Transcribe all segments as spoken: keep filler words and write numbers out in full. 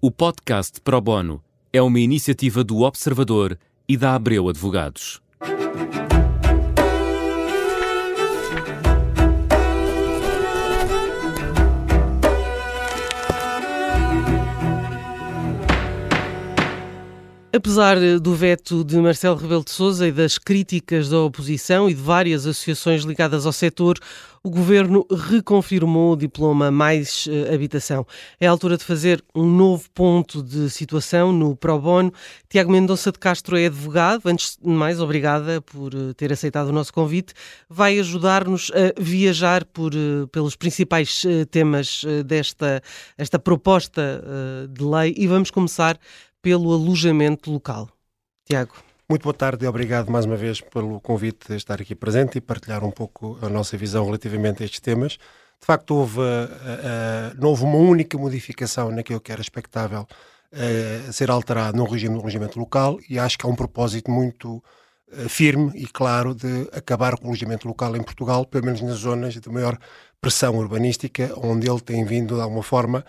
O podcast Pro Bono é uma iniciativa do Observador e da Abreu Advogados. Apesar do veto de Marcelo Rebelo de Sousa e das críticas da oposição e de várias associações ligadas ao setor, o Governo reconfirmou o diploma Mais Habitação. É a altura de fazer um novo ponto de situação no Pro Bono. Tiago Mendonça de Castro é advogado. Antes de mais, obrigada por ter aceitado o nosso convite. Vai ajudar-nos a viajar por, pelos principais temas desta esta proposta de lei e vamos começar pelo alojamento local. Tiago. Muito boa tarde e obrigado mais uma vez pelo convite de estar aqui presente e partilhar um pouco a nossa visão relativamente a estes temas. De facto, houve, uh, uh, não houve uma única modificação naquilo que era expectável uh, ser alterado no regime do alojamento local e acho que há um propósito muito uh, firme e claro de acabar com o alojamento local em Portugal, pelo menos nas zonas de maior pressão urbanística, onde ele tem vindo, de alguma forma,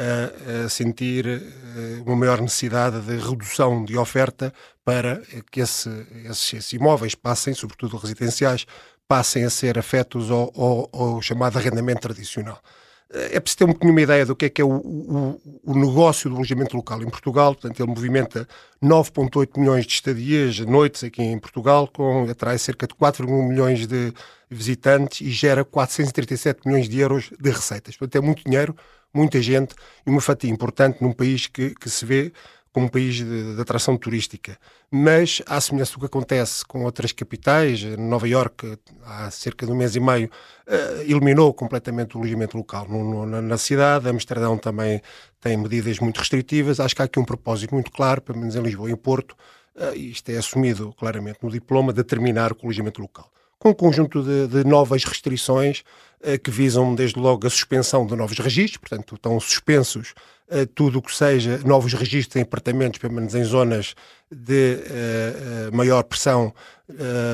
a, a sentir uh, uma maior necessidade de redução de oferta para que esse, esses, esses imóveis passem, sobretudo residenciais, passem a ser afetos ao, ao, ao chamado arrendamento tradicional. É preciso ter um bocadinho uma ideia do que é que é o, o, o negócio do alojamento local em Portugal. Portanto, ele movimenta nove vírgula oito milhões de estadias, noites aqui em Portugal, com, atrai cerca de quatro vírgula um milhões de visitantes e gera quatrocentos e trinta e sete milhões de euros de receitas. Portanto, é muito dinheiro, muita gente e uma fatia importante num país que, que se vê como um país de, de atração turística. Mas, à semelhança do que acontece com outras capitais, Nova Iorque, há cerca de um mês e meio, uh, eliminou completamente o alojamento local no, no, na, na cidade. Amsterdão também tem medidas muito restritivas. Acho que há aqui um propósito muito claro, pelo menos em Lisboa e em Porto, uh, e isto é assumido claramente no diploma, de terminar com o alojamento local, com um conjunto de, de novas restrições uh, que visam, desde logo, a suspensão de novos registros. Portanto, estão suspensos uh, tudo o que seja novos registros em apartamentos, pelo menos em zonas de uh, uh, maior pressão uh,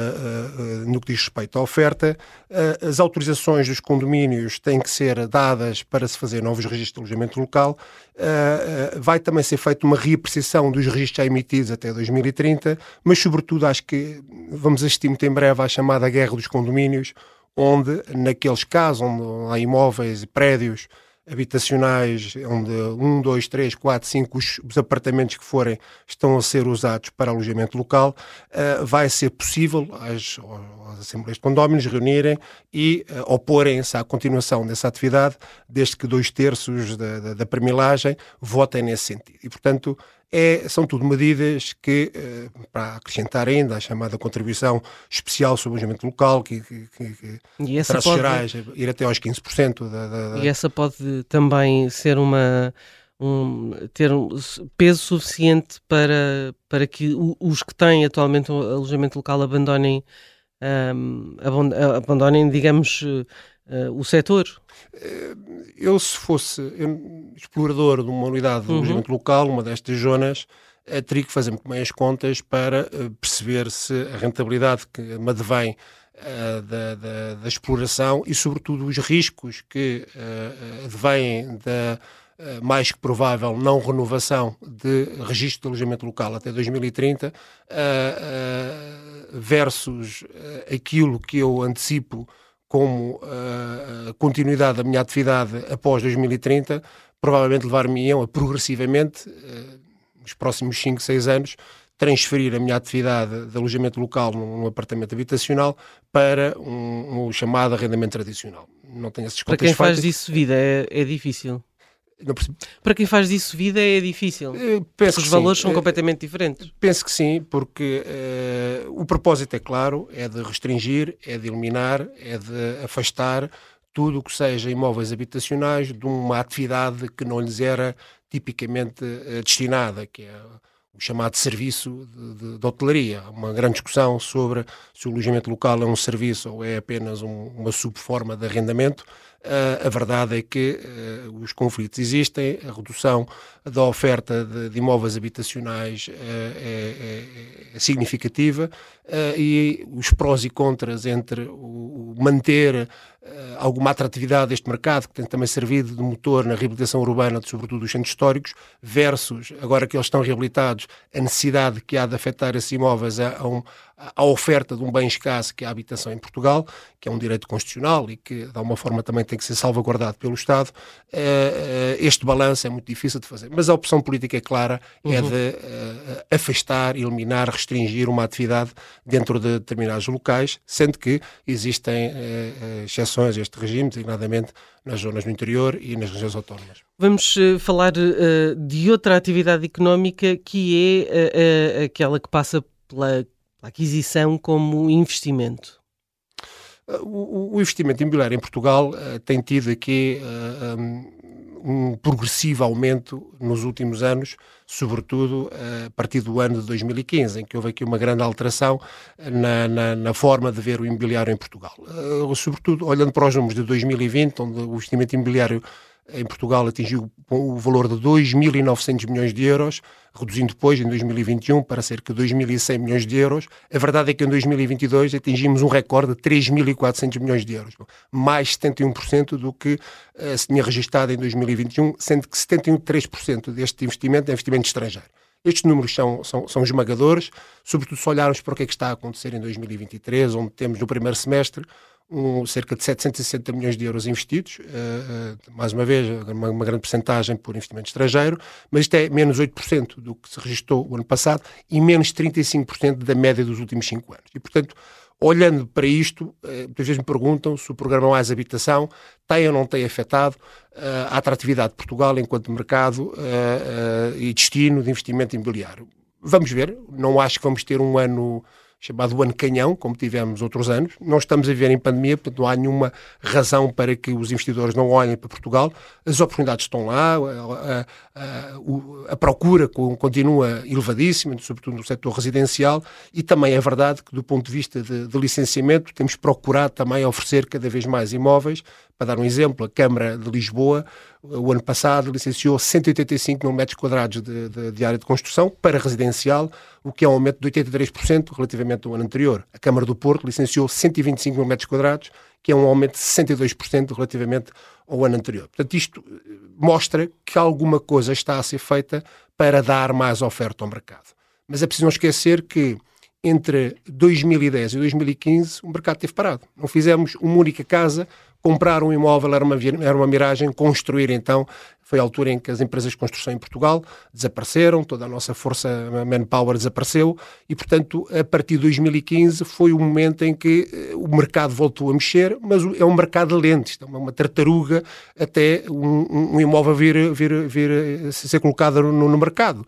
uh, uh, no que diz respeito à oferta. Uh, as autorizações dos condomínios têm que ser dadas para se fazer novos registros de alojamento local. Uh, uh, vai também ser feita uma reapreciação dos registros já emitidos até dois mil e trinta, mas sobretudo acho que vamos assistir muito em breve à chamada guerra dos condomínios, onde naqueles casos onde há imóveis e prédios habitacionais, onde um, dois, três, quatro, cinco, os, os apartamentos que forem estão a ser usados para alojamento local, uh, vai ser possível às, às assembleias de condóminos reunirem e uh, oporem-se à continuação dessa atividade, desde que dois terços da, da, da permilagem votem nesse sentido. E, portanto, É, são tudo medidas que, eh, para acrescentar ainda a chamada contribuição especial sobre o alojamento local, que, que, que, que em traços gerais, ir até aos quinze por cento. Da, da, da... E essa pode também ser uma, um, ter um peso suficiente para, para que os que têm atualmente o alojamento local abandonem, um, abandonem, digamos, uh, o setor? Eu, se fosse eu, explorador de uma unidade de alojamento uhum. local, uma destas zonas, eh, teria que fazer muito bem as contas para eh, perceber se a rentabilidade que me advém eh, da, da, da exploração e, sobretudo, os riscos que eh, advêm da eh, mais que provável não renovação de registro de alojamento local até dois mil e trinta eh, eh, versus eh, aquilo que eu antecipo como uh, a continuidade da minha atividade após dois mil e trinta, provavelmente levar-me-iam a progressivamente, uh, nos próximos cinco, seis anos, transferir a minha atividade de alojamento local num, num apartamento habitacional para um, um chamado arrendamento tradicional. Não tenho essas contas feitas. Para quem feitas. faz disso vida é, é difícil. Não percebo. Para quem faz disso vida é difícil. Penso os que valores sim. são completamente diferentes. Penso que sim, porque uh, o propósito é claro, é de restringir, é de eliminar, é de afastar tudo o que seja imóveis habitacionais de uma atividade que não lhes era tipicamente uh, destinada, que é o chamado serviço de, de, de hotelaria. Há uma grande discussão sobre se o alojamento local é um serviço ou é apenas um, uma subforma de arrendamento. Uh, a verdade é que uh, os conflitos existem, a redução da oferta de, de imóveis habitacionais uh, é, é, é significativa uh, e os prós e contras entre o, o manter uh, alguma atratividade deste mercado, que tem também servido de motor na reabilitação urbana, sobretudo dos centros históricos, versus, agora que eles estão reabilitados, a necessidade que há de afetar esses imóveis a, a, um, a oferta de um bem escasso que é a habitação em Portugal, que é um direito constitucional e que, de alguma forma, também tem que ser salvaguardado pelo Estado. Uh, este balanço é muito difícil de fazer. Mas a opção política é clara, uhum. é de uh, afastar, eliminar, restringir uma atividade dentro de determinados locais, sendo que existem uh, exceções a este regime, designadamente nas zonas do interior e nas regiões autónomas. Vamos uh, falar uh, de outra atividade económica que é uh, uh, aquela que passa pela aquisição como investimento. O, o investimento imobiliário em Portugal uh, tem tido aqui uh, um, um progressivo aumento nos últimos anos, sobretudo uh, a partir do ano de dois mil e quinze, em que houve aqui uma grande alteração na, na, na forma de ver o imobiliário em Portugal. Uh, sobretudo olhando para os números de dois mil e vinte, onde o investimento imobiliário em Portugal atingiu o valor de dois mil e novecentos milhões de euros, reduzindo depois em dois mil e vinte e um para cerca de dois mil e cem milhões de euros. A verdade é que em dois mil e vinte e dois atingimos um recorde de três mil e quatrocentos milhões de euros, mais setenta e um por cento do que uh, se tinha registado em dois mil e vinte e um, sendo que setenta e um vírgula três por cento deste investimento é investimento estrangeiro. Estes números são, são, são esmagadores, sobretudo se olharmos para o que é que está a acontecer em dois mil e vinte e três, onde temos no primeiro semestre Um, cerca de setecentos e sessenta milhões de euros investidos, uh, uh, mais uma vez, uma, uma grande percentagem por investimento estrangeiro, mas isto é menos oito por cento do que se registrou o ano passado e menos trinta e cinco por cento da média dos últimos cinco anos. E, portanto, olhando para isto, uh, muitas vezes me perguntam se o programa Mais Habitação tem ou não tem afetado uh, a atratividade de Portugal enquanto mercado uh, uh, e destino de investimento imobiliário. Vamos ver, não acho que vamos ter um ano chamado ano canhão, como tivemos outros anos. Não estamos a viver em pandemia, portanto não há nenhuma razão para que os investidores não olhem para Portugal. As oportunidades estão lá, a, a, a, a procura continua elevadíssima, sobretudo no setor residencial, e também é verdade que do ponto de vista de, de licenciamento temos procurado também oferecer cada vez mais imóveis. Para dar um exemplo, a Câmara de Lisboa, o ano passado, licenciou cento e oitenta e cinco mil metros quadrados de, de, de área de construção para residencial, o que é um aumento de oitenta e três por cento relativamente ao ano anterior. A Câmara do Porto licenciou cento e vinte e cinco mil metros quadrados, que é um aumento de sessenta e dois por cento relativamente ao ano anterior. Portanto, isto mostra que alguma coisa está a ser feita para dar mais oferta ao mercado. Mas é preciso não esquecer que entre dois mil e dez e dois mil e quinze o mercado esteve parado. Não fizemos uma única casa. Comprar um imóvel era uma, era uma miragem, construir então, foi a altura em que as empresas de construção em Portugal desapareceram, toda a nossa força manpower desapareceu e, portanto, a partir de dois mil e quinze foi o momento em que o mercado voltou a mexer, mas é um mercado lento, isto é uma tartaruga até um, um imóvel vir, vir, vir ser colocado no, no mercado.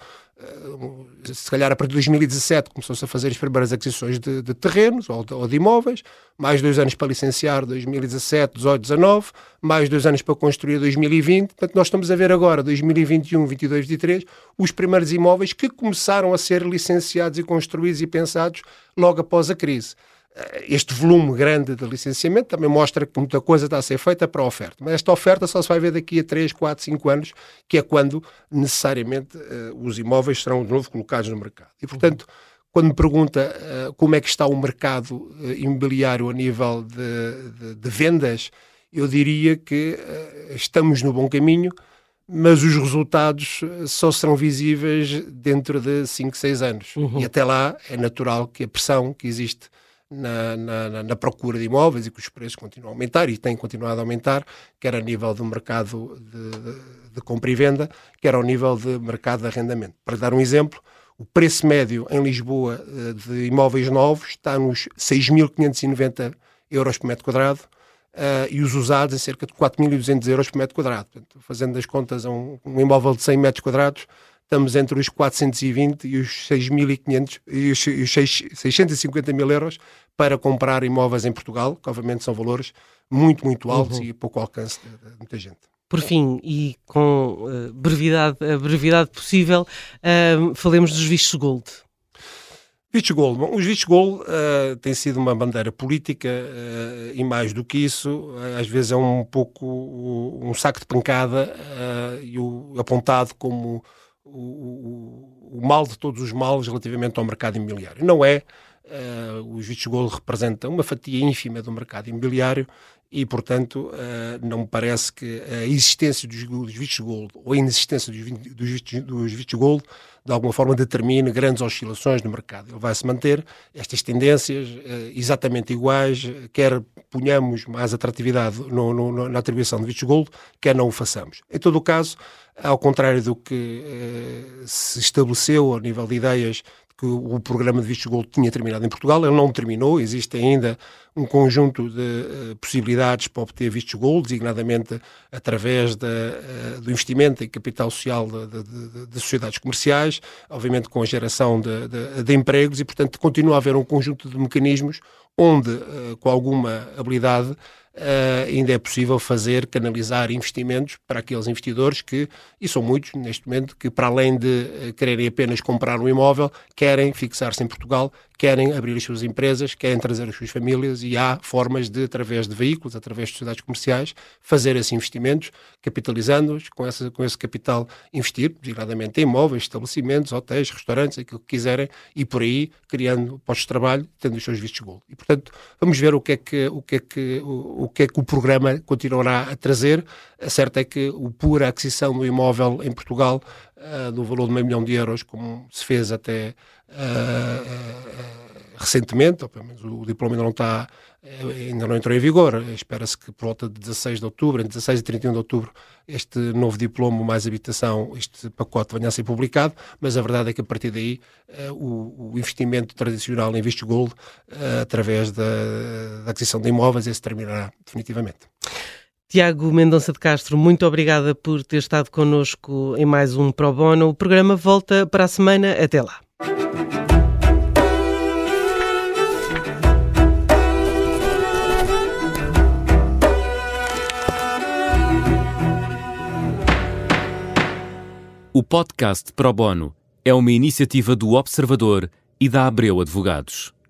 Se calhar a partir de dois mil e dezassete começou-se a fazer as primeiras aquisições de, de terrenos ou de, ou de imóveis, mais dois anos para licenciar dois mil e dezassete, dezoito, dezanove, mais dois anos para construir dois mil e vinte, portanto nós estamos a ver agora dois mil e vinte e um, vinte e dois, vinte e três os primeiros imóveis que começaram a ser licenciados e construídos e pensados logo após a crise. Este volume grande de licenciamento também mostra que muita coisa está a ser feita para a oferta. Mas esta oferta só se vai ver daqui a três, quatro, cinco anos, que é quando necessariamente uh, os imóveis serão de novo colocados no mercado. E, portanto, quando me pergunta uh, como é que está o mercado uh, imobiliário a nível de, de, de vendas, eu diria que uh, estamos no bom caminho, mas os resultados só serão visíveis dentro de cinco, seis anos. Uhum. E até lá é natural que a pressão que existe Na, na, na procura de imóveis e que os preços continuam a aumentar e têm continuado a aumentar, quer a nível do mercado de, de, de compra e venda, quer ao nível de mercado de arrendamento. Para dar um exemplo, o preço médio em Lisboa de imóveis novos está nos seis mil quinhentos e noventa euros por metro quadrado uh, e os usados em cerca de quatro mil e duzentos euros por metro quadrado. Portanto, fazendo as contas a um, um imóvel de cem metros quadrados, estamos entre os quatrocentos e vinte e os seis mil e quinhentos e os seiscentos e cinquenta mil euros para comprar imóveis em Portugal, que obviamente são valores muito, muito altos uhum. e pouco alcance de, de muita gente. Por fim, e com uh, brevidade, a brevidade possível, uh, falemos dos vistos gold. Vistos Gold. Bom, os vistos Gold uh, têm sido uma bandeira política uh, e mais do que isso, uh, às vezes é um pouco uh, um saco de pancada uh, e o, apontado como o, o, o mal de todos os males relativamente ao mercado imobiliário. Não é. Uh, os vistos Gold representam uma fatia ínfima do mercado imobiliário e, portanto, uh, não me parece que a existência dos, dos vistos Gold ou a inexistência dos, dos, vistos, dos vistos Gold de alguma forma determine grandes oscilações no mercado. Ele vai se manter, estas tendências uh, exatamente iguais, quer ponhamos mais atratividade no, no, na atribuição de vistos Gold, quer não o façamos. Em todo o caso, ao contrário do que uh, se estabeleceu ao nível de ideias que o programa de vistos Gold tinha terminado em Portugal, ele não terminou, existe ainda um conjunto de uh, possibilidades para obter vistos Gold, designadamente através de, uh, do investimento em capital social de, de, de, de sociedades comerciais, obviamente com a geração de, de, de empregos e, portanto, continua a haver um conjunto de mecanismos onde, uh, com alguma habilidade, Uh, ainda é possível fazer, canalizar investimentos para aqueles investidores que, e são muitos neste momento, que para além de uh, quererem apenas comprar um imóvel, querem fixar-se em Portugal, querem abrir as suas empresas, querem trazer as suas famílias e há formas de, através de veículos, através de sociedades comerciais, fazer esses investimentos, capitalizando-os, com, essa, com esse capital investir, designadamente em imóveis, estabelecimentos, hotéis, restaurantes, aquilo que quiserem, e por aí criando postos de trabalho, tendo os seus vistos Gold. E, portanto, vamos ver o que é que o, que é que, o, o que é que o programa continuará a trazer. A certo é que o pura aquisição do imóvel em Portugal, uh, do valor de meio milhão de euros, como se fez até uh, uh, recentemente, ou pelo menos o diploma ainda não está, ainda não entrou em vigor, espera-se que por volta de dezasseis de outubro, entre dezasseis e trinta e um de outubro, este novo diploma mais habitação, este pacote venha a ser publicado, mas a verdade é que a partir daí uh, o, o investimento tradicional em vistos Gold, uh, através da, da aquisição de imóveis, esse terminará definitivamente. Tiago Mendonça de Castro, muito obrigada por ter estado connosco em mais um Pro Bono. O programa volta para a semana. Até lá. O podcast Pro Bono é uma iniciativa do Observador e da Abreu Advogados.